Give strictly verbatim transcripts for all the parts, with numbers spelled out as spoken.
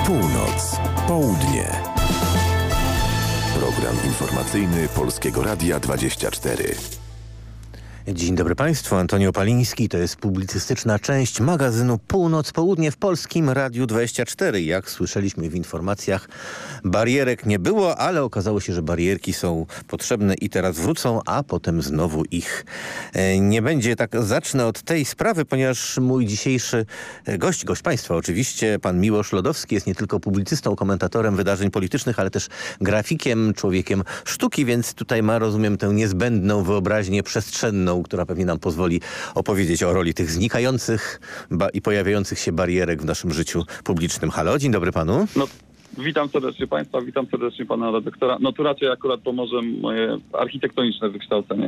Północ, południe. Program informacyjny Polskiego Radia dwadzieścia cztery. Dzień dobry Państwu, Antoni Opaliński. To jest publicystyczna część magazynu Północ Południe w Polskim Radiu dwadzieścia cztery. Jak słyszeliśmy w informacjach, barierek nie było, ale okazało się, że barierki są potrzebne i teraz wrócą, a potem znowu ich nie będzie. Tak zacznę od tej sprawy, ponieważ mój dzisiejszy gość, gość Państwa oczywiście, pan Miłosz Lodowski, jest nie tylko publicystą, komentatorem wydarzeń politycznych, ale też grafikiem, człowiekiem sztuki, więc tutaj ma, rozumiem, tę niezbędną wyobraźnię przestrzenną, która pewnie nam pozwoli opowiedzieć o roli tych znikających i pojawiających się barierek w naszym życiu publicznym. Halo, dzień dobry panu. No, witam serdecznie państwa, witam serdecznie pana redaktora. No tu raczej akurat pomoże moje architektoniczne wykształcenie.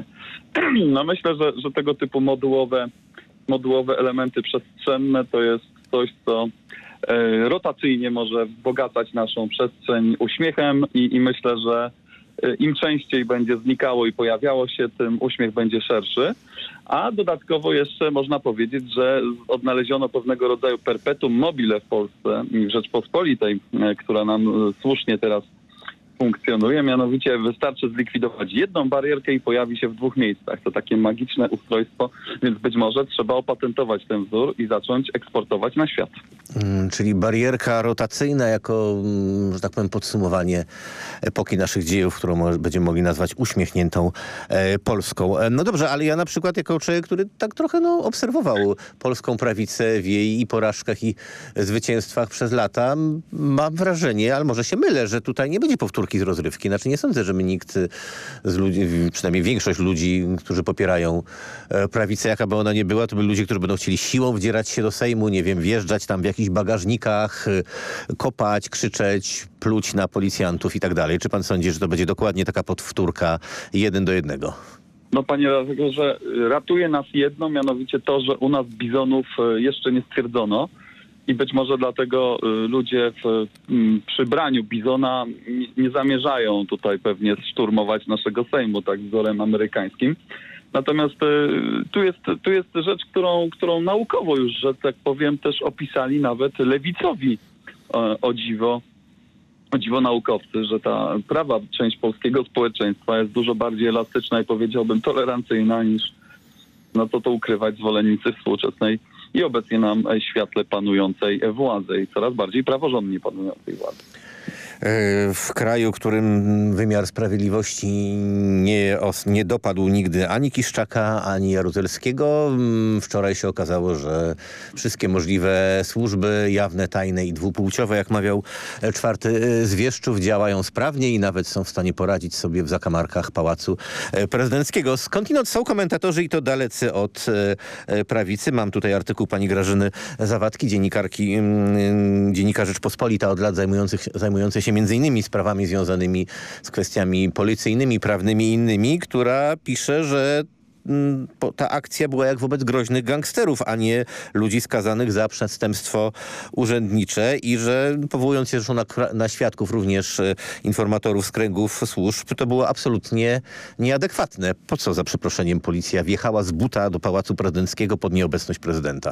No myślę, że, że tego typu modułowe, modułowe elementy przestrzenne to jest coś, co e, rotacyjnie może wzbogacać naszą przestrzeń uśmiechem i, i myślę, że im częściej będzie znikało i pojawiało się, tym uśmiech będzie szerszy. A dodatkowo jeszcze można powiedzieć, że odnaleziono pewnego rodzaju perpetuum mobile w Polsce i w Rzeczpospolitej, która nam słusznie teraz funkcjonuje. Mianowicie wystarczy zlikwidować jedną barierkę i pojawi się w dwóch miejscach. To takie magiczne ustrojstwo, więc być może trzeba opatentować ten wzór i zacząć eksportować na świat. Hmm, czyli barierka rotacyjna jako, że tak powiem, podsumowanie epoki naszych dziejów, którą może, będziemy mogli nazwać uśmiechniętą e, Polską. E, no dobrze, ale ja na przykład jako człowiek, który tak trochę no, obserwował polską prawicę w jej i porażkach i zwycięstwach przez lata, mam wrażenie, ale może się mylę, że tutaj nie będzie powtórki z rozrywki. Znaczy nie sądzę, żeby nikt z ludzi, przynajmniej większość ludzi, którzy popierają prawicę, jaka by ona nie była, to by ludzie, którzy będą chcieli siłą wdzierać się do Sejmu, nie wiem, wjeżdżać tam w jakichś bagażnikach, kopać, krzyczeć, pluć na policjantów i tak dalej. Czy pan sądzi, że to będzie dokładnie taka powtórka jeden do jednego? No panie redaktorze, ratuje nas jedno, mianowicie to, że u nas bizonów jeszcze nie stwierdzono. I być może dlatego ludzie w przybraniu bizona nie zamierzają tutaj pewnie szturmować naszego Sejmu, tak wzorem amerykańskim. Natomiast tu jest, tu jest rzecz, którą, którą naukowo już, że tak powiem, też opisali nawet lewicowi o dziwo, o dziwo naukowcy, że ta prawa część polskiego społeczeństwa jest dużo bardziej elastyczna i powiedziałbym tolerancyjna niż, no co to ukrywać, zwolennicy współczesnej i obecnie nam świetle panującej władzy i coraz bardziej praworządnie panującej władzy. W kraju, którym wymiar sprawiedliwości nie, nie dopadł nigdy ani Kiszczaka, ani Jaruzelskiego. Wczoraj się okazało, że wszystkie możliwe służby, jawne, tajne i dwupłciowe, jak mawiał czwarty z wieszczów, działają sprawnie i nawet są w stanie poradzić sobie w zakamarkach Pałacu Prezydenckiego. Skądinąd są komentatorzy i to dalecy od prawicy. Mam tutaj artykuł pani Grażyny Zawadki, dziennikarki, dziennikarz Rzeczpospolita od lat zajmujących, zajmującej się między innymi sprawami związanymi z kwestiami policyjnymi, prawnymi i innymi, która pisze, że mm, ta akcja była jak wobec groźnych gangsterów, a nie ludzi skazanych za przestępstwo urzędnicze i że powołując się zresztą na, na świadków również e, informatorów z kręgów służb, to było absolutnie nieadekwatne. Po co za przeproszeniem policja wjechała z buta do Pałacu Prezydenckiego pod nieobecność prezydenta?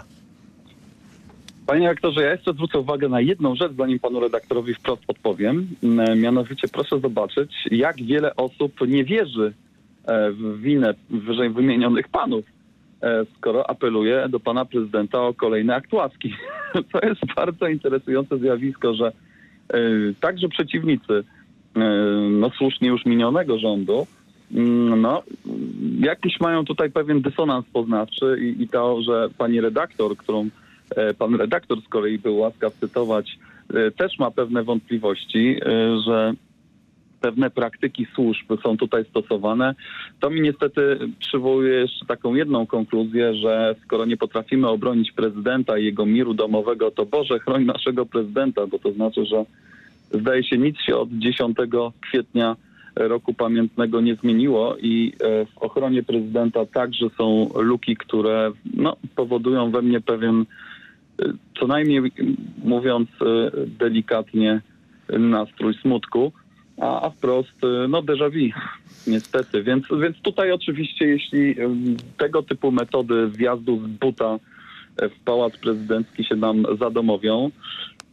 Panie redaktorze, ja jeszcze zwrócę uwagę na jedną rzecz, zanim panu redaktorowi wprost odpowiem. Mianowicie proszę zobaczyć, jak wiele osób nie wierzy w winę wyżej wymienionych panów, skoro apeluje do pana prezydenta o kolejne akt łaski. To jest bardzo interesujące zjawisko, że także przeciwnicy no słusznie już minionego rządu no jakiś mają tutaj pewien dysonans poznawczy i, i to, że pani redaktor, którą pan redaktor z kolei był łaskaw cytować, też ma pewne wątpliwości, że pewne praktyki służb są tutaj stosowane. To mi niestety przywołuje jeszcze taką jedną konkluzję, że skoro nie potrafimy obronić prezydenta i jego miru domowego, to Boże, chroń naszego prezydenta, bo to znaczy, że zdaje się nic się od dziesiątego kwietnia roku pamiętnego nie zmieniło i w ochronie prezydenta także są luki, które no, powodują we mnie pewien, co najmniej mówiąc delikatnie, nastrój smutku, a, a wprost no déjà vu, niestety. Więc, więc tutaj oczywiście, jeśli tego typu metody wjazdu z buta w Pałac Prezydencki się nam zadomowią,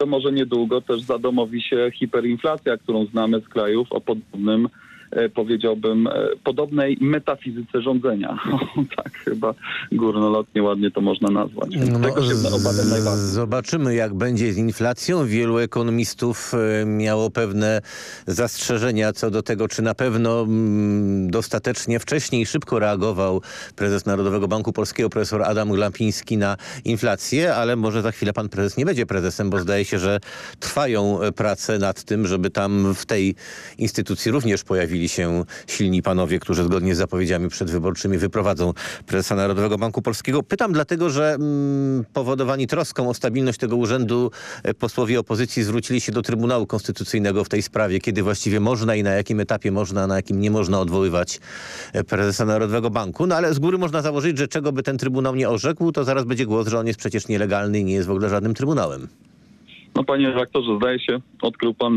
to może niedługo też zadomowi się hiperinflacja, którą znamy z krajów o podobnym, powiedziałbym, podobnej metafizyce rządzenia. Tak chyba górnolotnie ładnie to można nazwać. No, Tego się obawiam najbardziej. Zobaczymy, jak będzie z inflacją. Wielu ekonomistów miało pewne zastrzeżenia co do tego, czy na pewno dostatecznie wcześnie i szybko reagował prezes Narodowego Banku Polskiego, profesor Adam Glapiński, na inflację, ale może za chwilę pan prezes nie będzie prezesem, bo zdaje się, że trwają prace nad tym, żeby tam w tej instytucji również pojawili się silni panowie, którzy zgodnie z zapowiedziami przedwyborczymi wyprowadzą prezesa Narodowego Banku Polskiego. Pytam dlatego, że mm, powodowani troską o stabilność tego urzędu e, posłowie opozycji zwrócili się do Trybunału Konstytucyjnego w tej sprawie, kiedy właściwie można i na jakim etapie można, na jakim nie można odwoływać e, prezesa Narodowego Banku. No ale z góry można założyć, że czego by ten Trybunał nie orzekł, to zaraz będzie głos, że on jest przecież nielegalny i nie jest w ogóle żadnym Trybunałem. No panie redaktorze, zdaje się, odkrył pan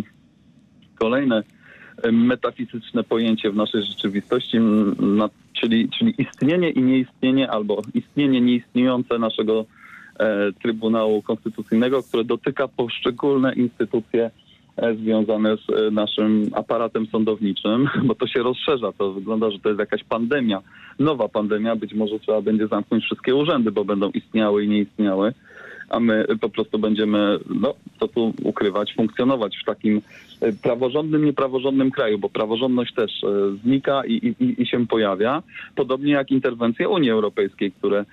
kolejne metafizyczne pojęcie w naszej rzeczywistości, na, czyli, czyli istnienie i nieistnienie, albo istnienie nieistniejące naszego e, Trybunału Konstytucyjnego, które dotyka poszczególne instytucje e, związane z e, naszym aparatem sądowniczym, bo to się rozszerza. To wygląda, że to jest jakaś pandemia, nowa pandemia. Być może trzeba będzie zamknąć wszystkie urzędy, bo będą istniały i nie istniały, a my po prostu będziemy, no co tu ukrywać, funkcjonować w takim praworządnym, niepraworządnym kraju, bo praworządność też znika i, i, i się pojawia. Podobnie jak interwencje Unii Europejskiej, które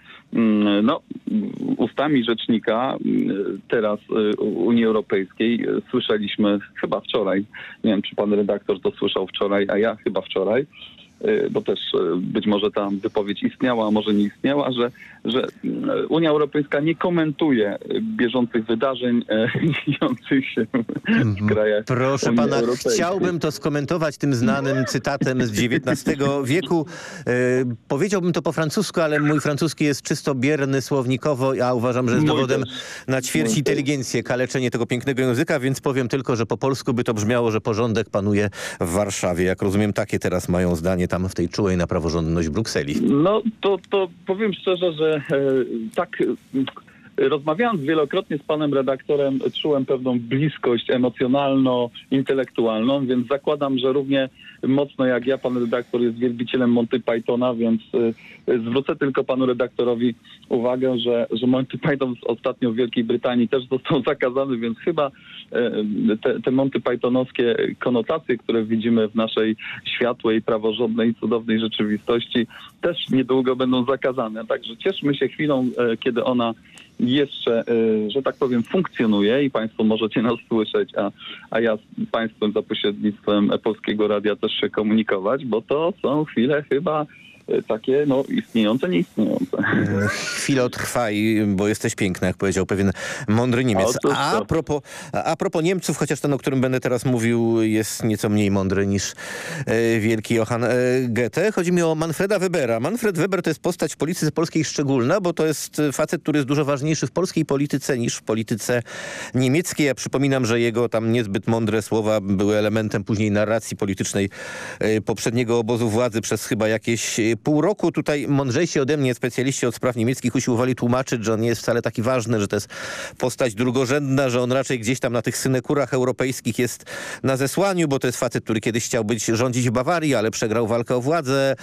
no, ustami rzecznika teraz Unii Europejskiej słyszeliśmy chyba wczoraj, nie wiem czy pan redaktor to słyszał wczoraj, a ja chyba wczoraj, bo też być może ta wypowiedź istniała, a może nie istniała, że, że Unia Europejska nie komentuje bieżących wydarzeń dziejących się w krajach Proszę Unii pana, Europejskiej. chciałbym to skomentować tym znanym cytatem z dziewiętnastego wieku. E, powiedziałbym to po francusku, ale mój francuski jest czysto bierny słownikowo, a uważam, że jest Mój dowodem też. na ćwierć Mój inteligencję, kaleczenie tego pięknego języka, więc powiem tylko, że po polsku by to brzmiało, że porządek panuje w Warszawie. Jak rozumiem, takie teraz mają zdanie tam w tej czułej na praworządność Brukseli. No to, to powiem szczerze, że e, tak e, rozmawiając wielokrotnie z panem redaktorem, czułem pewną bliskość emocjonalno-intelektualną, więc zakładam, że równie mocno jak ja, pan redaktor jest wielbicielem Monty Pythona, więc e, zwrócę tylko panu redaktorowi uwagę, że, że Monty Python ostatnio w Wielkiej Brytanii też został zakazany, więc chyba e, te, te Monty Pythonowskie konotacje, które widzimy w naszej światłej, praworządnej i cudownej rzeczywistości, też niedługo będą zakazane. Także cieszmy się chwilą, e, kiedy ona jeszcze, że tak powiem, funkcjonuje i państwo możecie nas słyszeć, a, a ja z państwem za pośrednictwem Polskiego Radia też się komunikować, bo to są chwile chyba takie, no, istniejące, nieistniejące. Chwilę trwaj, bo jesteś piękna, jak powiedział pewien mądry Niemiec. A, a, propos, a propos Niemców, chociaż ten, o którym będę teraz mówił, jest nieco mniej mądry niż e, wielki Johann e, Goethe. Chodzi mi o Manfreda Webera. Manfred Weber to jest postać w polityce polskiej szczególna, bo to jest facet, który jest dużo ważniejszy w polskiej polityce niż w polityce niemieckiej. Ja przypominam, że jego tam niezbyt mądre słowa były elementem później narracji politycznej e, poprzedniego obozu władzy przez chyba jakieś pół roku. Tutaj mądrzejsi ode mnie specjaliści od spraw niemieckich usiłowali tłumaczyć, że on nie jest wcale taki ważny, że to jest postać drugorzędna, że on raczej gdzieś tam na tych synekurach europejskich jest na zesłaniu, bo to jest facet, który kiedyś chciał być rządzić w Bawarii, ale przegrał walkę o władzę.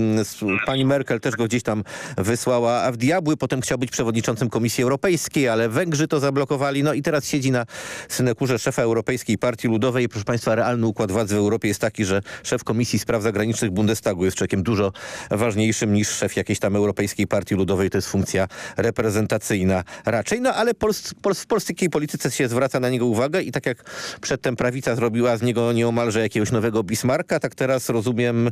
Pani Merkel też go gdzieś tam wysłała w diabły. Potem chciał być przewodniczącym Komisji Europejskiej, ale Węgrzy to zablokowali. No i teraz siedzi na synekurze szefa Europejskiej Partii Ludowej. Proszę państwa, realny układ władzy w Europie jest taki, że szef Komisji Spraw Zagranicznych Bundestagu jest człowiekiem dużo ważniejszym niż szef jakiejś tam Europejskiej Partii Ludowej. To jest funkcja reprezentacyjna raczej. No ale Pols Pols w polskiej polityce się zwraca na niego uwagę i tak jak przedtem prawica zrobiła z niego nieomalże jakiegoś nowego Bismarcka, tak teraz rozumiem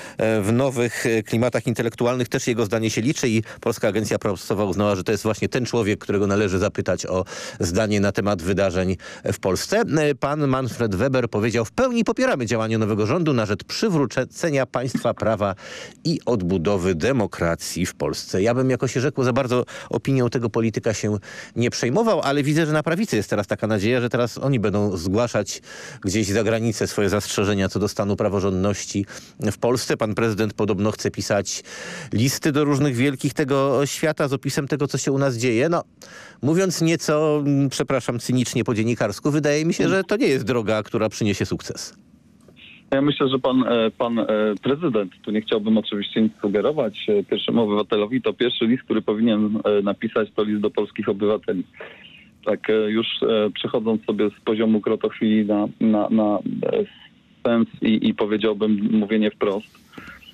w nowych klimatach intelektualnych też jego zdanie się liczy i Polska Agencja Prasowa uznała, że to jest właśnie ten człowiek, którego należy zapytać o zdanie na temat wydarzeń w Polsce. Pan Manfred Weber powiedział: w pełni popieramy działanie nowego rządu na rzecz przywrócenia państwa prawa i i odbudowy demokracji w Polsce. Ja bym, jako się rzekło, za bardzo opinią tego polityka się nie przejmował, ale widzę, że na prawicy jest teraz taka nadzieja, że teraz oni będą zgłaszać gdzieś za granicę swoje zastrzeżenia co do stanu praworządności w Polsce. Pan prezydent podobno chce pisać listy do różnych wielkich tego świata z opisem tego, co się u nas dzieje. No, mówiąc nieco, przepraszam, cynicznie po dziennikarsku, wydaje mi się, że to nie jest droga, która przyniesie sukces. Ja myślę, że pan, pan prezydent, tu nie chciałbym oczywiście nic sugerować pierwszemu obywatelowi, to pierwszy list, który powinien napisać, to list do polskich obywateli. Tak już przechodząc sobie z poziomu krotochwili na, na, na sens i, i powiedziałbym mówienie wprost,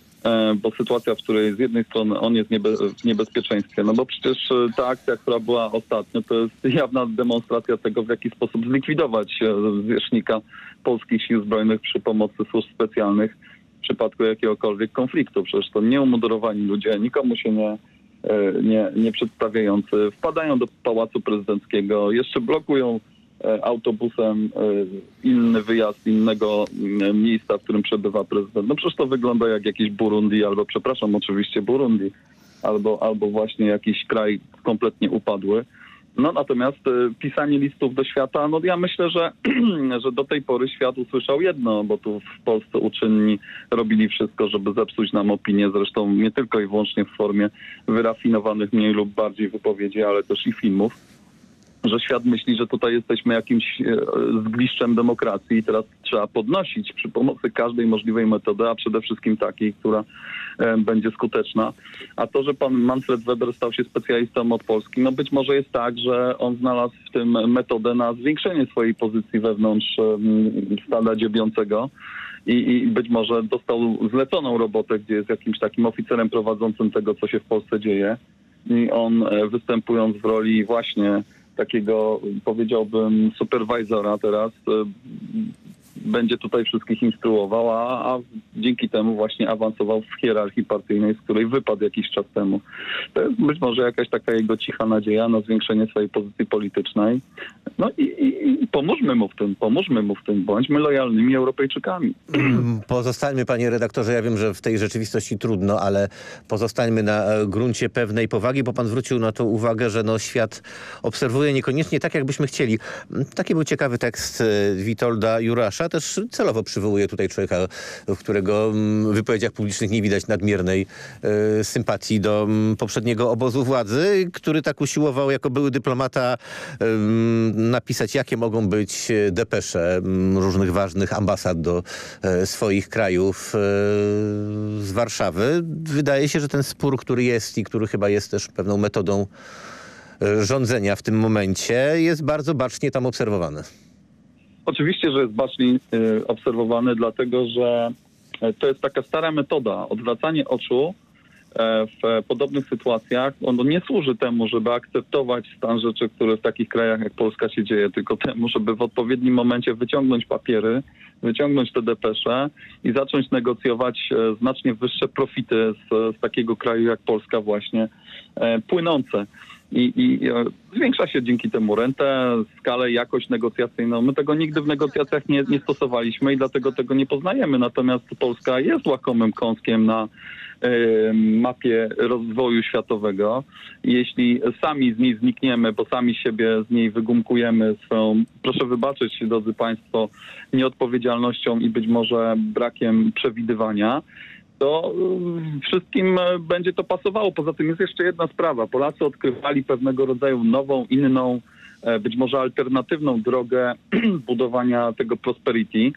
bo sytuacja, w której z jednej strony on jest niebe, w niebezpieczeństwie, no bo przecież ta akcja, która była ostatnio, to jest jawna demonstracja tego, w jaki sposób zlikwidować zwierzchnika polskich sił zbrojnych przy pomocy służb specjalnych w przypadku jakiegokolwiek konfliktu. Przecież to nieumundurowani ludzie, nikomu się nie, nie, nie przedstawiający, wpadają do Pałacu Prezydenckiego, jeszcze blokują autobusem inny wyjazd innego miejsca, w którym przebywa prezydent. No przecież to wygląda jak jakiś Burundi, albo przepraszam, oczywiście Burundi, albo, albo właśnie jakiś kraj kompletnie upadły. No natomiast pisanie listów do świata, no ja myślę, że, że do tej pory świat usłyszał jedno, bo tu w Polsce uczynni robili wszystko, żeby zepsuć nam opinię, zresztą nie tylko i wyłącznie w formie wyrafinowanych mniej lub bardziej wypowiedzi, ale też i filmów, że świat myśli, że tutaj jesteśmy jakimś zgliszczem demokracji i teraz trzeba podnosić przy pomocy każdej możliwej metody, a przede wszystkim takiej, która będzie skuteczna. A to, że pan Manfred Weber stał się specjalistą od Polski, no być może jest tak, że on znalazł w tym metodę na zwiększenie swojej pozycji wewnątrz stada dziewiącego i, i być może dostał zleconą robotę, gdzie jest jakimś takim oficerem prowadzącym tego, co się w Polsce dzieje. I on, występując w roli właśnie takiego, powiedziałbym, superwajzora teraz, będzie tutaj wszystkich instruował, a, a dzięki temu właśnie awansował w hierarchii partyjnej, z której wypadł jakiś czas temu. To jest być może jakaś taka jego cicha nadzieja na zwiększenie swojej pozycji politycznej. No i, i, i pomóżmy mu w tym, pomóżmy mu w tym, bądźmy lojalnymi Europejczykami. Pozostańmy, panie redaktorze, ja wiem, że w tej rzeczywistości trudno, ale pozostańmy na gruncie pewnej powagi, bo pan zwrócił na to uwagę, że no, świat obserwuje niekoniecznie tak, jakbyśmy chcieli. Taki był ciekawy tekst Witolda Jurasza, też celowo przywołuje tutaj człowieka, w którego wypowiedziach publicznych nie widać nadmiernej y, sympatii do m, poprzedniego obozu władzy, który tak usiłował jako były dyplomata y, napisać, jakie mogą być depesze m, różnych ważnych ambasad do y, swoich krajów y, z Warszawy. Wydaje się, że ten spór, który jest i który chyba jest też pewną metodą y, rządzenia w tym momencie, jest bardzo bacznie tam obserwowany. Oczywiście, że jest bacznie y, obserwowany, dlatego że to jest taka stara metoda. Odwracanie oczu e, w podobnych sytuacjach, ono nie służy temu, żeby akceptować stan rzeczy, który w takich krajach jak Polska się dzieje, tylko temu, żeby w odpowiednim momencie wyciągnąć papiery, wyciągnąć te depesze i zacząć negocjować e, znacznie wyższe profity z, z takiego kraju jak Polska właśnie e, płynące. I, i zwiększa się dzięki temu rentę, skalę, jakość negocjacyjną. My tego nigdy w negocjacjach nie, nie stosowaliśmy i dlatego tego nie poznajemy. Natomiast Polska jest łakomym kąskiem na y, mapie rozwoju światowego. I jeśli sami z niej znikniemy, bo sami siebie z niej wygumkujemy swoją, proszę wybaczyć, drodzy państwo, nieodpowiedzialnością i być może brakiem przewidywania, to wszystkim będzie to pasowało. Poza tym jest jeszcze jedna sprawa. Polacy odkrywali pewnego rodzaju nową, inną, być może alternatywną drogę budowania tego prosperity.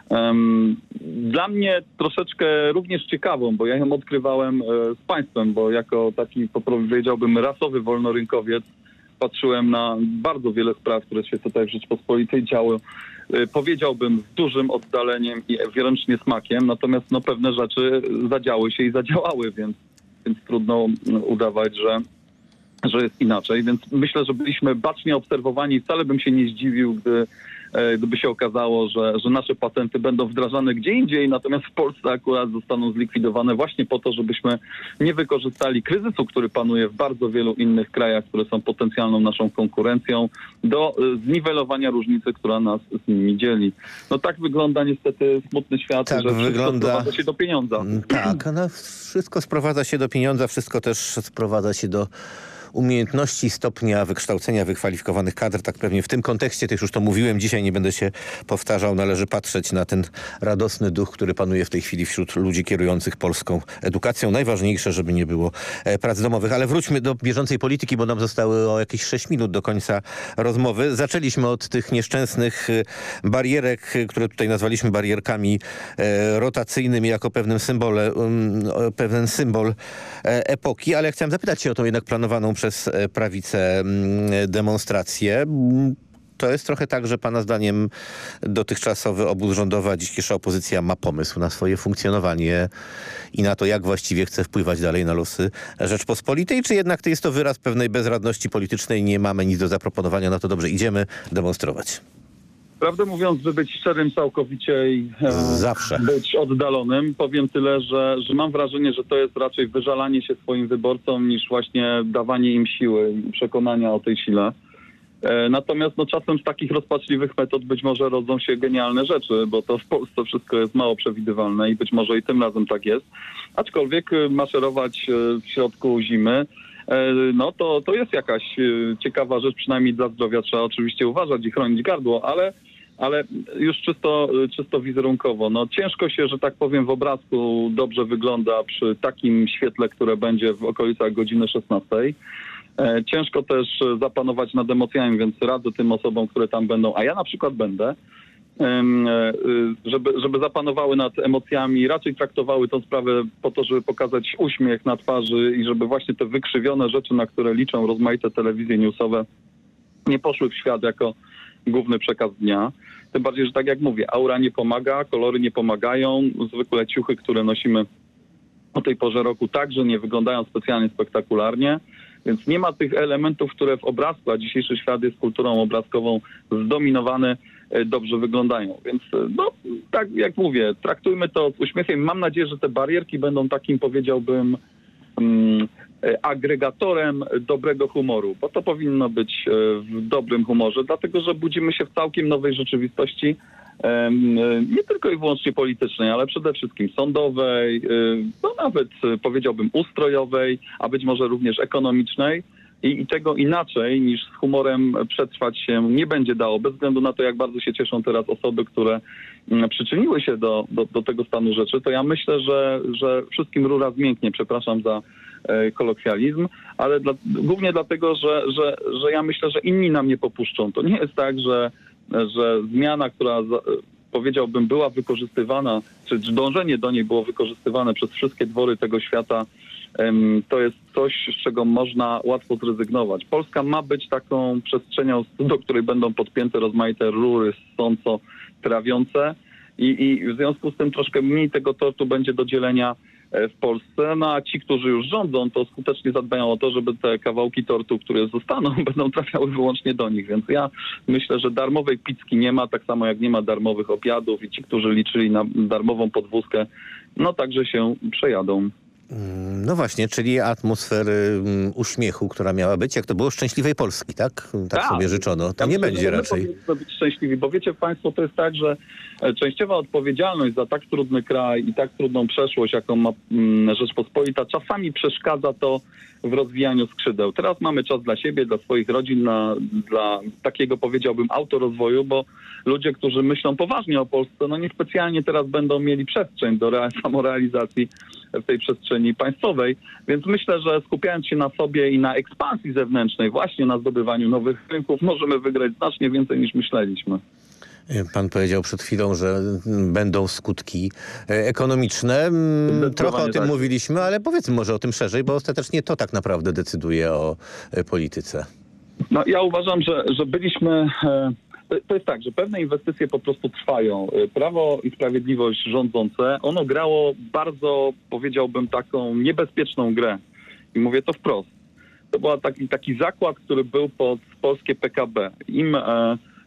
Dla mnie troszeczkę również ciekawą, bo ja ją odkrywałem z państwem, bo jako taki, powiedziałbym, rasowy wolnorynkowiec patrzyłem na bardzo wiele spraw, które się tutaj w Rzeczpospolitej działy. Powiedziałbym z dużym oddaleniem i wręcz niesmakiem, natomiast no, pewne rzeczy zadziały się i zadziałały, więc, więc trudno udawać, że, że jest inaczej. Więc myślę, że byliśmy bacznie obserwowani. Wcale bym się nie zdziwił, gdy gdyby się okazało, że, że nasze patenty będą wdrażane gdzie indziej, natomiast w Polsce akurat zostaną zlikwidowane właśnie po to, żebyśmy nie wykorzystali kryzysu, który panuje w bardzo wielu innych krajach, które są potencjalną naszą konkurencją, do zniwelowania różnicy, która nas z nimi dzieli. No tak wygląda niestety smutny świat, tak że wszystko wygląda... sprowadza się do pieniądza. Tak, no, wszystko sprowadza się do pieniądza, wszystko też sprowadza się do umiejętności, stopnia wykształcenia wykwalifikowanych kadr. Tak pewnie w tym kontekście, też już to mówiłem, dzisiaj nie będę się powtarzał, należy patrzeć na ten radosny duch, który panuje w tej chwili wśród ludzi kierujących polską edukacją. Najważniejsze, żeby nie było prac domowych. Ale wróćmy do bieżącej polityki, bo nam zostały o jakieś sześć minut do końca rozmowy. Zaczęliśmy od tych nieszczęsnych barierek, które tutaj nazwaliśmy barierkami rotacyjnymi jako pewnym symbole, pewien symbol epoki, ale ja chciałem zapytać się o tą jednak planowaną przez przez prawicę demonstracje. To jest trochę tak, że pana zdaniem dotychczasowy obóz rządowy, a dzisiejsza opozycja ma pomysł na swoje funkcjonowanie i na to, jak właściwie chce wpływać dalej na losy Rzeczpospolitej, czy jednak to jest to wyraz pewnej bezradności politycznej, nie mamy nic do zaproponowania, no to dobrze, idziemy demonstrować. Prawdę mówiąc, by być szczerym całkowicie i e, Zawsze. być oddalonym, powiem tyle, że, że mam wrażenie, że to jest raczej wyżalanie się swoim wyborcom niż właśnie dawanie im siły i przekonania o tej sile. E, natomiast no, czasem z takich rozpaczliwych metod być może rodzą się genialne rzeczy, bo to w Polsce wszystko jest mało przewidywalne i być może i tym razem tak jest. Aczkolwiek maszerować w środku zimy, no to, to jest jakaś ciekawa rzecz, przynajmniej dla zdrowia trzeba oczywiście uważać i chronić gardło, ale, ale już czysto, czysto wizerunkowo. No ciężko się, że tak powiem, w obrazku dobrze wygląda przy takim świetle, które będzie w okolicach godziny szesnastej. Ciężko też zapanować nad emocjami, więc radzę tym osobom, które tam będą, a ja na przykład będę, żeby, żeby zapanowały nad emocjami, raczej traktowały tę sprawę po to, żeby pokazać uśmiech na twarzy i żeby właśnie te wykrzywione rzeczy, na które liczą rozmaite telewizje newsowe, nie poszły w świat jako główny przekaz dnia. Tym bardziej, że tak jak mówię, aura nie pomaga, kolory nie pomagają, zwykle ciuchy, które nosimy o tej porze roku także nie wyglądają specjalnie spektakularnie, więc nie ma tych elementów, które w obrazku, a dzisiejszy świat jest kulturą obrazkową zdominowany, dobrze wyglądają. Więc no, tak jak mówię, traktujmy to z uśmiechem. Mam nadzieję, że te barierki będą takim, powiedziałbym, um, agregatorem dobrego humoru, bo to powinno być w dobrym humorze, dlatego że budzimy się w całkiem nowej rzeczywistości, um, nie tylko i wyłącznie politycznej, ale przede wszystkim sądowej, no nawet powiedziałbym ustrojowej, a być może również ekonomicznej. I, I tego inaczej niż z humorem przetrwać się nie będzie dało, bez względu na to, jak bardzo się cieszą teraz osoby, które przyczyniły się do, do, do tego stanu rzeczy, to ja myślę, że, że wszystkim rura zmięknie, przepraszam za e, kolokwializm, ale dla, głównie dlatego, że, że, że ja myślę, że inni nam nie popuszczą. To nie jest tak, że, że zmiana, która za, powiedziałbym była wykorzystywana, czy dążenie do niej było wykorzystywane przez wszystkie dwory tego świata, to jest coś, z czego można łatwo zrezygnować. Polska ma być taką przestrzenią, do której będą podpięte rozmaite rury ssąco trawiące i, i w związku z tym troszkę mniej tego tortu będzie do dzielenia w Polsce. No a ci, którzy już rządzą, to skutecznie zadbają o to, żeby te kawałki tortu, które zostaną, będą trafiały wyłącznie do nich. Więc ja myślę, że darmowej pizzki nie ma, tak samo jak nie ma darmowych obiadów i ci, którzy liczyli na darmową podwózkę, no także się przejadą. No właśnie, czyli atmosfery uśmiechu, która miała być, jak to było, szczęśliwej Polski, tak? Tak, tak. sobie życzono. To ja nie myślę, będzie raczej. Powinniśmy być szczęśliwi, bo wiecie państwo, to jest tak, że częściowa odpowiedzialność za tak trudny kraj i tak trudną przeszłość, jaką ma Rzeczpospolita, czasami przeszkadza to w rozwijaniu skrzydeł. Teraz mamy czas dla siebie, dla swoich rodzin, na, dla takiego, powiedziałbym, autorozwoju, bo ludzie, którzy myślą poważnie o Polsce, no niespecjalnie teraz będą mieli przestrzeń do rea- samorealizacji w tej przestrzeni państwowej. Więc myślę, że skupiając się na sobie i na ekspansji zewnętrznej, właśnie na zdobywaniu nowych rynków, możemy wygrać znacznie więcej niż myśleliśmy. Pan powiedział przed chwilą, że będą skutki ekonomiczne. Trochę o tym tak mówiliśmy, ale powiedzmy może o tym szerzej, bo ostatecznie to tak naprawdę decyduje o polityce. No ja uważam, że, że byliśmy... To jest tak, że pewne inwestycje po prostu trwają. Prawo i Sprawiedliwość rządzące, ono grało bardzo, powiedziałbym, taką niebezpieczną grę. I mówię to wprost. To był taki, taki zakład, który był pod polskie P K B. Im... E,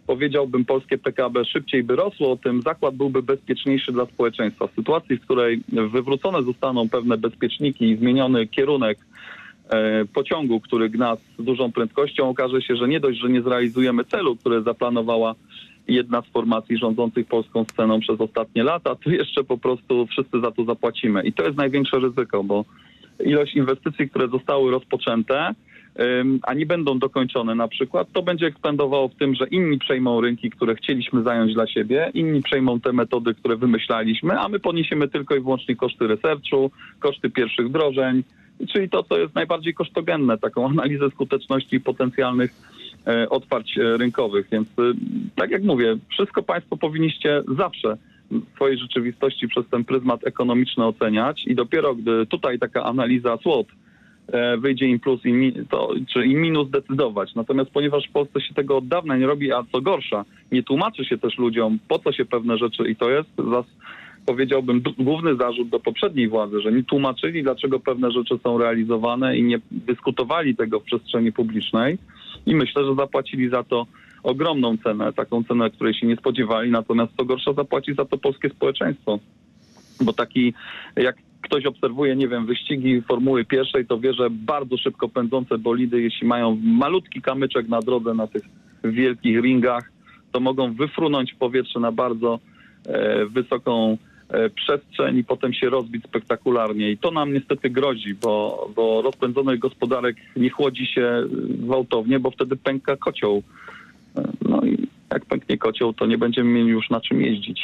powiedziałbym, polskie P K B szybciej by rosło, tym zakład byłby bezpieczniejszy dla społeczeństwa. W sytuacji, w której wywrócone zostaną pewne bezpieczniki i zmieniony kierunek e, pociągu, który gna z dużą prędkością, okaże się, że nie dość, że nie zrealizujemy celu, który zaplanowała jedna z formacji rządzących polską sceną przez ostatnie lata, to jeszcze po prostu wszyscy za to zapłacimy. I to jest największe ryzyko, bo ilość inwestycji, które zostały rozpoczęte, a nie będą dokończone na przykład, to będzie ekspandowało w tym, że inni przejmą rynki, które chcieliśmy zająć dla siebie, inni przejmą te metody, które wymyślaliśmy, a my poniesiemy tylko i wyłącznie koszty researchu, koszty pierwszych wdrożeń, czyli to, co jest najbardziej kosztogenne, taką analizę skuteczności potencjalnych e, otwarć e, rynkowych. Więc e, tak jak mówię, wszystko państwo powinniście zawsze w swojej rzeczywistości przez ten pryzmat ekonomiczny oceniać i dopiero gdy tutaj taka analiza SWOT wyjdzie im plus i mi, to, czy im minus decydować. Natomiast ponieważ w Polsce się tego od dawna nie robi, a co gorsza, nie tłumaczy się też ludziom, po co się pewne rzeczy, i to jest, zas, powiedziałbym, d- główny zarzut do poprzedniej władzy, że nie tłumaczyli, dlaczego pewne rzeczy są realizowane i nie dyskutowali tego w przestrzeni publicznej i myślę, że zapłacili za to ogromną cenę, taką cenę, której się nie spodziewali, natomiast co gorsza, zapłaci za to polskie społeczeństwo. Bo taki, jak ktoś obserwuje, nie wiem, wyścigi Formuły pierwszej, to wie, że bardzo szybko pędzące bolidy, jeśli mają malutki kamyczek na drodze na tych wielkich ringach, to mogą wyfrunąć w powietrze na bardzo e, wysoką e, przestrzeń i potem się rozbić spektakularnie. I to nam niestety grozi, bo, bo rozpędzonych gospodarek nie chłodzi się gwałtownie, bo wtedy pęka kocioł. E, no i jak pęknie kocioł, to nie będziemy mieli już na czym jeździć.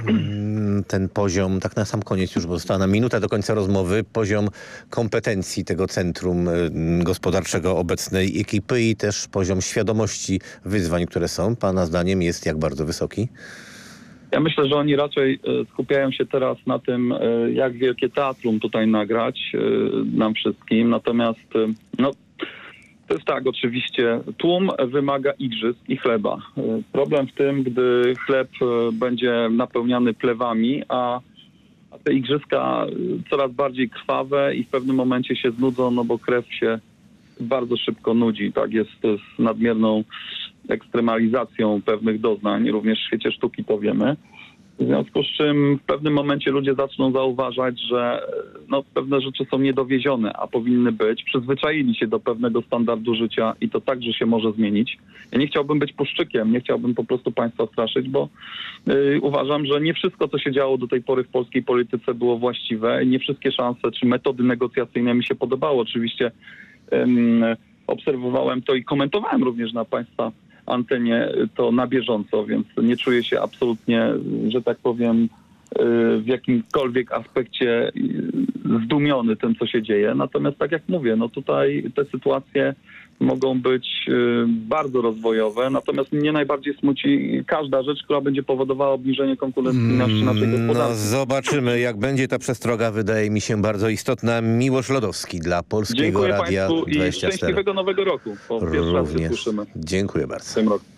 Ten poziom, tak na sam koniec już, bo została nam minuta do końca rozmowy, poziom kompetencji tego centrum gospodarczego obecnej ekipy i też poziom świadomości wyzwań, które są, pana zdaniem jest jak bardzo wysoki? Ja myślę, że oni raczej skupiają się teraz na tym, jak wielkie teatrum tutaj nagrać nam wszystkim. Natomiast no, to jest tak, oczywiście, tłum wymaga igrzysk i chleba. Problem w tym, gdy chleb będzie napełniany plewami, a, a te igrzyska coraz bardziej krwawe i w pewnym momencie się znudzą, no bo krew się bardzo szybko nudzi. Tak jest z nadmierną ekstremalizacją pewnych doznań, również w świecie sztuki to wiemy. W związku z czym w pewnym momencie ludzie zaczną zauważać, że no, pewne rzeczy są niedowiezione, a powinny być. Przyzwyczaili się do pewnego standardu życia i to także się może zmienić. Ja nie chciałbym być puszczykiem, nie chciałbym po prostu państwa straszyć, bo yy, uważam, że nie wszystko, co się działo do tej pory w polskiej polityce było właściwe. Nie wszystkie szanse czy metody negocjacyjne mi się podobały. Oczywiście yy, obserwowałem to i komentowałem również na państwa antenie to na bieżąco, więc nie czuję się absolutnie, że tak powiem, w jakimkolwiek aspekcie zdumiony tym, co się dzieje. Natomiast tak jak mówię, no tutaj te sytuacje mogą być bardzo rozwojowe, natomiast mnie najbardziej smuci każda rzecz, która będzie powodowała obniżenie konkurencyjności naszej gospodarki. No zobaczymy, jak będzie ta przestroga, wydaje mi się bardzo istotna. Miłosz Lodowski dla Polskiego Dziękuję Radia Państwu dwadzieścia cztery. I szczęśliwego nowego roku, bo pierwszy raz się Również. słyszymy Dziękuję bardzo. w tym roku.